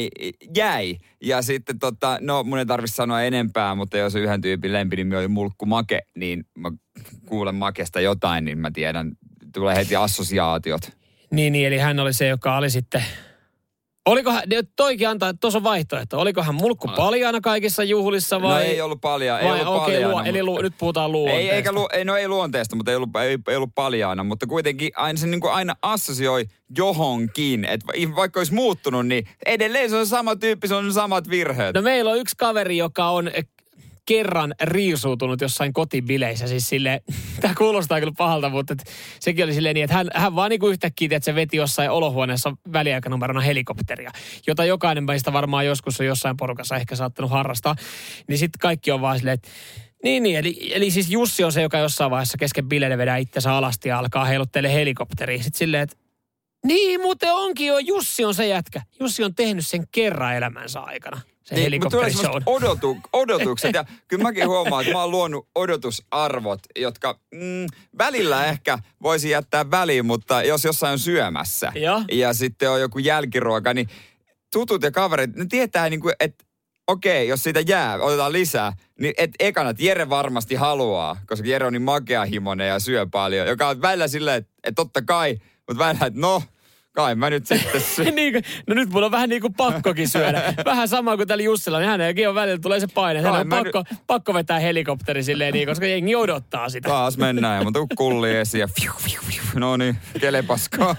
jäi. Ja sitten mun ei tarvitse sanoa enempää, mutta jos yhden tyypin lempinimi oli Mulkku Make, niin mä kuulen Makesta jotain, niin mä tiedän, tulee heti assosiaatiot. Niin, eli hän oli se, joka oli sitten... Olikohan, toikin antaa, että tuossa on vaihtoehto. Olikohan Mulkku paljaana kaikissa juhlissa vai? No ei ollut paljaana. Eli nyt puhutaan luonteesta. Ei luonteesta, mutta ei ollut paljaana. Mutta kuitenkin aina se niin kuin aina assosioi johonkin. Että vaikka olisi muuttunut, niin edelleen se on sama tyyppi, se on samat virheet. No meillä on yksi kaveri, joka on kerran riisuutunut jossain kotibileissä. Siis silleen, tämä kuulostaa kyllä pahalta, mutta sekin oli silleen niin, että hän vaan niinku yhtäkkiä, että se veti jossain olohuoneessa väliaikanumerona helikopteria, jota jokainen meistä varmaan joskus on jossain porukassa ehkä saattanut harrastaa. Niin sitten kaikki on vaan silleen, että niin, eli siis Jussi on se, joka jossain vaiheessa kesken bileille vedää itsensä alasti ja alkaa heiluttelemaan helikopteriin. Sitten silleen, että niin, muuten onkin jo, Jussi on se jätkä. Jussi on tehnyt sen kerran elämänsä aikana. Se helikopterishow. Odotukset. Ja kyllä mäkin huomaan, että mä oon luonut odotusarvot, jotka välillä ehkä voisi jättää väliin, mutta jos jossain on syömässä ja sitten on joku jälkiruoka, niin tutut ja kaverit, ne tietää niin kuin, että okei, jos siitä jää, otetaan lisää, niin ekana, että Jere varmasti haluaa, koska Jere on niin makeahimoinen ja syö paljon, joka on välillä silleen, että totta kai, mutta välillä, että kai mä nyt sitten no nyt mulla on vähän niin kuin pakkokin syödä. Vähän sama kuin tällä Jussilla, niin hänelläkin on välillä tulee se paine. Hän on pakko vetää helikopteri silleen niin, koska jengi odottaa sitä. Taas mennään ja monta kulli esiin ja no niin, kelepaskaa.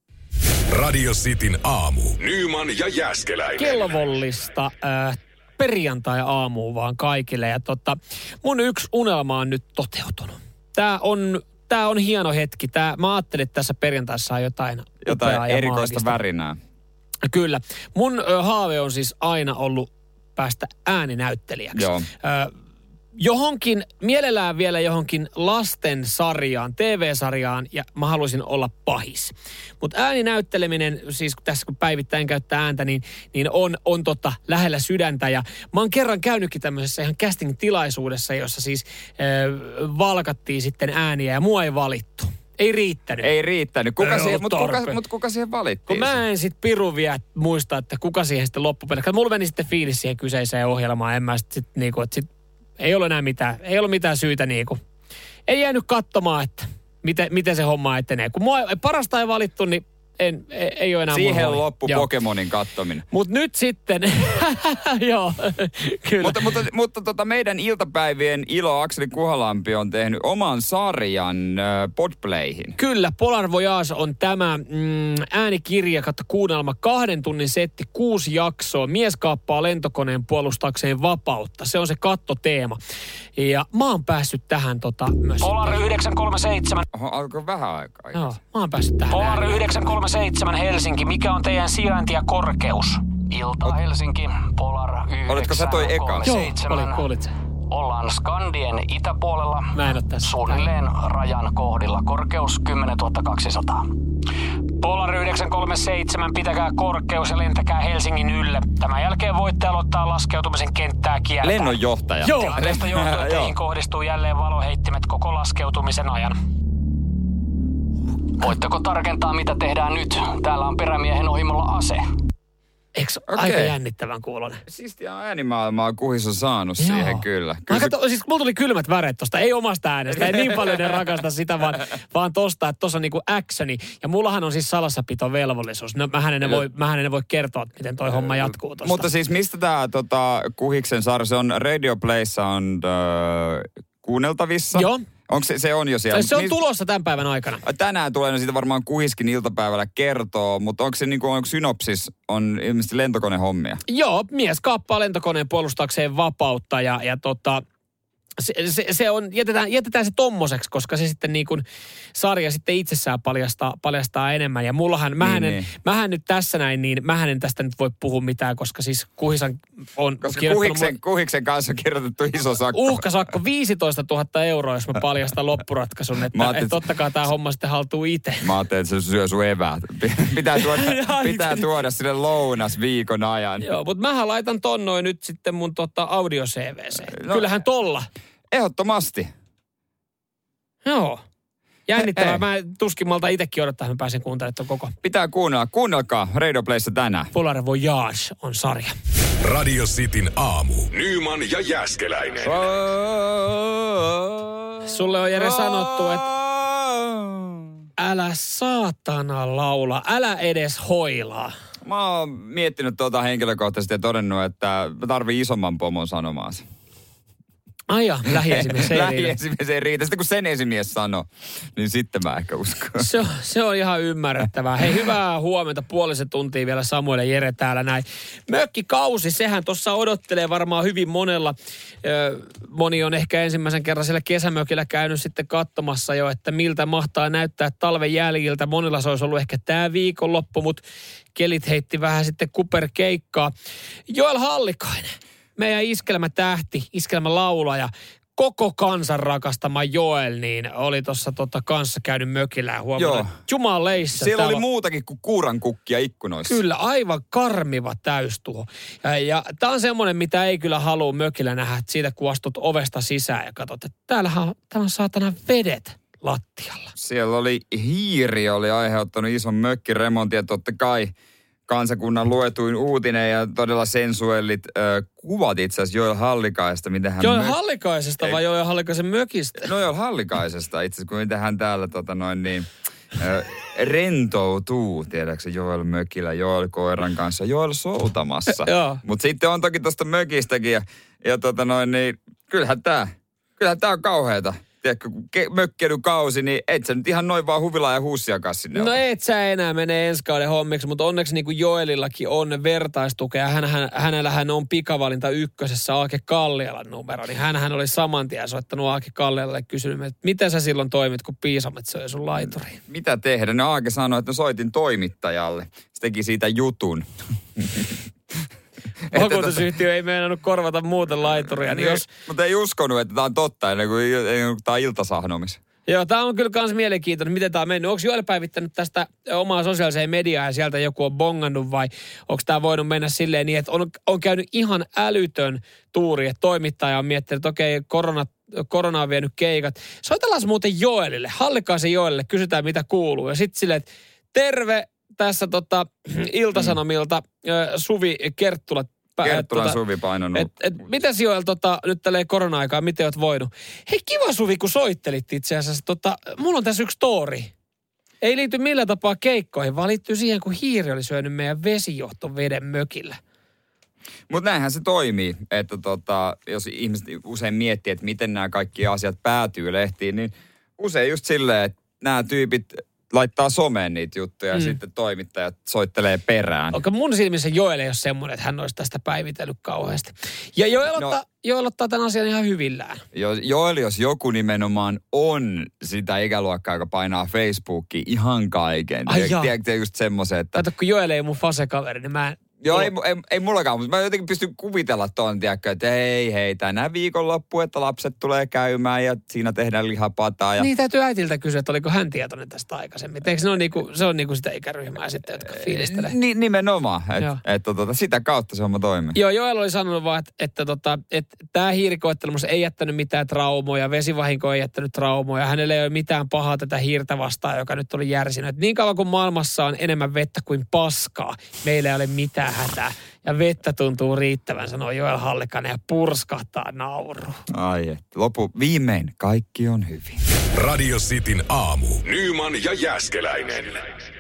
Radio Cityn aamu. Nyman ja Jääskeläinen. Kellovollista perjantai-aamuun vaan kaikille. Ja mun yksi unelma on nyt toteutunut. Tää on hieno hetki. Mä ajattelin, että tässä perjantaissa on jotain erikoista maagista värinää. Kyllä. Mun haave on siis aina ollut päästä ääninäyttelijäksi. Joo. Mielellään vielä johonkin lastensarjaan, TV-sarjaan, ja mä haluaisin olla pahis. Mutta ääninäytteleminen, siis tässä kun päivittäin käyttää ääntä, niin on lähellä sydäntä. Ja mä oon kerran käynytkin tämmöisessä ihan casting-tilaisuudessa, jossa siis valkattiin sitten ääniä, ja mua ei valittu. Ei riittänyt. Kuka siihen valittiin? Kun mä en sit piru vielä muista, että kuka siihen sitten loppupeleissä. Mulla meni sitten fiilis siihen kyseiseen ohjelmaan. En mä sit niinku, että ei ole enää mitään. Ei ole mitään syytä niinku. Ei jäänyt katsomaan, että miten se homma etenee. Kun mua parasta ei valittu, niin ei ole enää siihen loppu Pokemonin kattominen. Mutta nyt sitten, joo, kyllä. Mutta meidän iltapäivien ilo Akseli Kuhalampi on tehnyt oman sarjan Podplayhin. Kyllä, Polar Voyage on tämä äänikirja, kuunnelma 2 tunnin setti, 6 jaksoa. Mies kaappaa lentokoneen puolustakseen vapautta. Se on se kattoteema. Ja mä oon päässyt tähän myös. Polar 937. Oho, alkoi vähän aikaa. Joo, mä oon päässyt tähän. Polar 937. 91,7 Helsinki. Mikä on teidän sijainti ja korkeus? Ilta Helsinki, Polar 937. Olitko sä toi eka? Joo, kuulit sen. Ollaan Skandien itäpuolella. Mä en oo tässä. Suunnilleen rajan kohdilla. Korkeus 10 200. Polar 937, pitäkää korkeus ja lentäkää Helsingin ylle. Tämän jälkeen voitte aloittaa laskeutumisen kenttää kiertää. Lennonjohtaja. Joo. Tilanteesta johtuen teihin kohdistuu jälleen valoheittimet koko laskeutumisen ajan. Voitteko tarkentaa, mitä tehdään nyt? Täällä on perämiehen ohimolla ase. Eikö aika jännittävän kuulonen? Siistiä äänimaailmaa Kuhis on saanut siihen kyllä. Siis mulla tuli kylmät väreet tosta, ei omasta äänestä. Ei niin paljon ne rakasta sitä, vaan tosta, että tossa on niinku actioni. Ja mullahan on siis salassapitovelvollisuus. No, mähän en voi kertoa, miten toi homma jatkuu tosta. Mutta siis mistä tää Kuhiksen sarja, se on Radio Playssa on kuunneltavissa? Joo. Onko se on jo siellä? Se on tulossa tämän päivän aikana. Tänään tulee, no siitä varmaan Kuhiskin iltapäivällä kertoo, mutta onko se onko synopsis, on ilmeisesti lentokonehommia? Joo, mies kaappaa lentokoneen puolustaakseen vapautta ja se on, jätetään se tommoseksi, koska se sitten niin kuin sarja sitten itsessään paljastaa enemmän. Ja mähän nyt tässä näin, niin mähän en tästä nyt voi puhua mitään, koska siis Kuhisan on koska Kuhiksen kanssa on kirjoitettu iso sakko. Uhkasakko 15 000 euroa, jos mä paljastan loppuratkaisun, että ottakaa tämä homma sitten haltuun itse. Mä ajattelin, että se syö sun eväät. Pitää tuoda sille lounas viikon ajan. Joo, mutta mähän laitan ton noin nyt sitten mun audio-CVC. No, kyllähän tolla. Ehdottomasti. Joo. Jännittävää. Mä tuskin malta itsekin odottaa, että mä pääsen kuuntelemaan koko. Pitää kuunnella. Kuunnelkaa Radio Playssa tänään. Polar Voyage on sarja. Radio Cityn aamu. Nyman ja Jääskeläinen. Sulle on Jere sanottu, että älä saatana laula, älä edes hoilaa. Mä oon miettinyt henkilökohtaisesti ja todennut, että mä tarvii isomman pomon sanomaan sen. Aija, lähiesimies ei riitä. Lähiesimies ei riitä. Sitten kun sen esimies sanoo, niin sitten mä ehkä uskon. Se on ihan ymmärrettävää. Hei, hyvää huomenta. Puolisen tuntia vielä Samuel ja Jere täällä näin. Mökkikausi, sehän tuossa odottelee varmaan hyvin monella. Moni on ehkä ensimmäisen kerran siellä kesämökillä käynyt sitten katsomassa jo, että miltä mahtaa näyttää talven jäljiltä. Monilla se olisi ollut ehkä tämä viikonloppu, mutta kelit heitti vähän sitten kuperkeikkaa. Joel Hallikainen. Meidän iskelmätähti, iskelmälaulaja, koko kansan rakastama Joel, niin oli tuossa kanssa käynyt mökillä ja huomannut, jumaleissa. Siellä oli muutakin kuin kuurankukkia ikkunoissa. Kyllä, aivan karmiva täystuho. Ja tämä on semmoinen, mitä ei kyllä halua mökillä nähdä, että siitä kun astut ovesta sisään ja katsot, että täällä on saatana vedet lattialla. Siellä oli oli aiheuttanut ison mökkiremontin ja totta kai kansakunnan luetuin uutinen ja todella sensuellit kuvat itse asiassa Joel Hallikaisesta. Miten hän Joel Hallikaisesta vai Joel Hallikaisen mökistä? No Joel Hallikaisesta itse asiassa, kun miten hän täällä rentoutuu, tiedätkö Joel mökillä, Joel koiran kanssa, Joel soutamassa. Mutta sitten on toki tuosta mökistäkin ja kyllähän tää on kauheata. Tiedätkö, kun mökkeilykausi, niin et sä nyt ihan noin vaan huvilaa ja huussiakaan sinne. No et sä enää mene ensi kauden hommiksi, mutta onneksi niin kuin Joelillakin on vertaistukea. Hänellähän on pikavalinta ykkösessä Aake Kallialan numero, niin hänhän oli saman tien soittanut Aake Kallialalle kysynyt, että miten sä silloin toimit, kun Piisamet söi sun laituriin. Mitä tehdä? No Aake sanoi, että soitin toimittajalle. Se teki siitä jutun. Vakuutusyhtiö ei meinannut korvata muuten laituria. Niin mutta ei uskonut, että tämä on totta ennen kuin tämä on iltasahnomis. Joo, tämä on kyllä myös mielenkiintoinen, miten tämä on mennyt. Onko Joel päivittänyt tästä omaa sosiaaliseen mediaan ja sieltä joku on bongannut vai onko tämä voinut mennä silleen niin, että on käynyt ihan älytön tuuri, että toimittaja on miettinyt, että okei, korona on vienyt keikat. Soitellaan muuten Joelille, Hallikaisen Joelille, kysytään mitä kuuluu. Ja sitten silleen, että terve tässä Iltasanomilta Suvi Kerttula. Suvi painanut. Mitäs Joel nyt tälleen korona-aikaa, miten oot voinut? Hei, kiva Suvi, kun soittelit itse asiassa. Mulla on tässä yksi story. Ei liity millään tapaa keikkoihin, vaan liittyy siihen, kun hiiri oli syönyt meidän vesijohtoveden mökillä. Mutta näinhän se toimii, että jos ihmiset usein miettii, että miten nämä kaikki asiat päätyy lehtiin, niin usein just silleen, että nämä tyypit laittaa someen niitä juttuja ja sitten toimittajat soittelee perään. Onko mun silmissä Joel ei ole semmoinen, että hän olisi tästä päivitellyt kauheasti. Ja Joel ottaa tämän asian ihan hyvillään. Joel, jos joku nimenomaan on sitä ikäluokkaa, joka painaa Facebookiin ihan kaiken. Tiedätkö just semmoisen, että... Kato, kun Joel ei ole mun fase-kaveri, niin mä en... Joo, ei mullakaan, mutta mä jotenkin pystyn kuvitella tuon, tiedätkö, että hei, tänä viikonloppu, että lapset tulee käymään ja siinä tehdään lihapataa. Ja... Niin, täytyy äitiltä kysyä, että oliko hän tietoinen tästä aikaisemmin. Eikö se on niinku sitä ikäryhmää sitten, jotka fiilistelee? Nimenomaan, että sitä kautta se homma toimii. Joo, Joel oli sanonut vaan, että tämä hiirikoettelemus ei jättänyt mitään traumoja, vesivahinko ei jättänyt traumoja, hänellä ei ole mitään pahaa tätä hiirtä vastaan, joka nyt oli järsinyt. Niin kauan kuin maailmassa on enemmän vettä kuin paskaa, meillä ei ole mitään hätää. Ja vettä tuntuu riittävän, sanoo Joel Hallikainen ja purskahtaa nauru. Ai, viimein kaikki on hyvin. Radio Cityn aamu. Nyman ja Jääskeläinen.